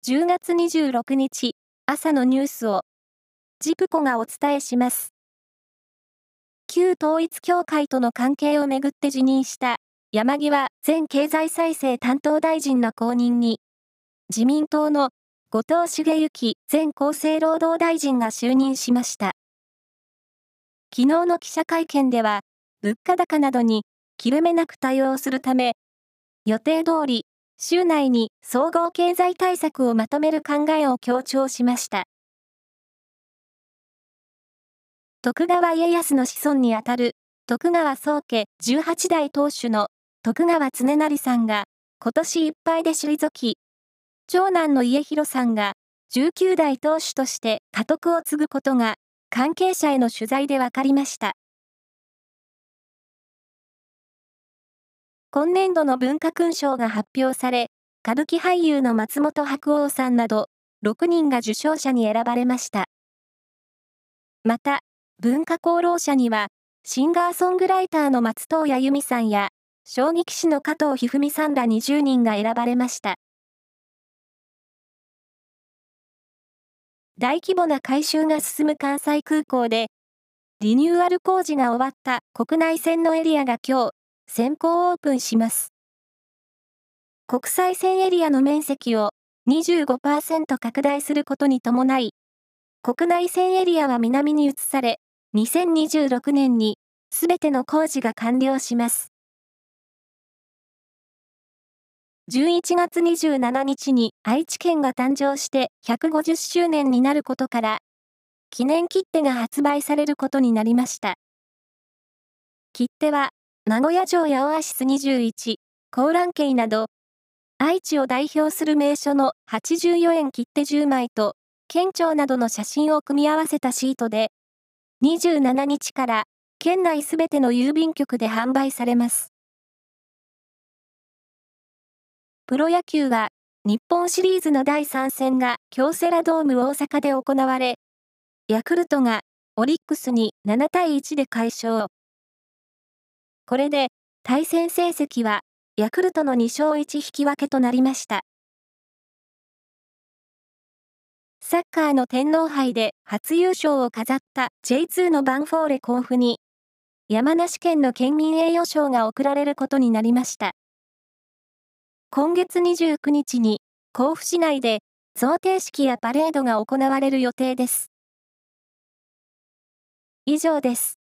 10月26日朝のニュースをジプコがお伝えします。旧統一教会との関係をめぐって辞任した山際前経済再生担当大臣の後任に自民党の後藤茂之前厚生労働大臣が就任しました。昨日の記者会見では物価高などに切れ目なく対応するため予定通り週内に総合経済対策をまとめる考えを強調しました。徳川家康の子孫にあたる徳川宗家18代当主の徳川恒成さんが今年いっぱいで退き、長男の家広さんが19代当主として家督を継ぐことが関係者への取材で分かりました。今年度の文化勲章が発表され、歌舞伎俳優の松本白鸚さんなど6人が受章者に選ばれました。また、文化功労者には、シンガーソングライターの松任谷由実さんや、将棋棋士の加藤一二三さんら20人が選ばれました。大規模な改修が進む関西空港で、リニューアル工事が終わった国内線のエリアが今日、先行オープンします。国際線エリアの面積を 25% 拡大することに伴い、国内線エリアは南に移され、2026年にすべての工事が完了します。11月27日に愛知県が誕生して150周年になることから、記念切手が発売されることになりました。切手は、名古屋城やオアシス21、香嵐渓など、愛知を代表する名所の84円切手10枚と、県庁などの写真を組み合わせたシートで、27日から県内すべての郵便局で販売されます。プロ野球は、日本シリーズの第3戦が京セラドーム大阪で行われ、ヤクルトがオリックスに7対1で快勝。これで対戦成績はヤクルトの2勝1引き分けとなりました。サッカーの天皇杯で初優勝を飾った J2 のヴァンフォーレ甲府に、山梨県の県民栄誉賞が贈られることになりました。今月29日に甲府市内で贈呈式やパレードが行われる予定です。以上です。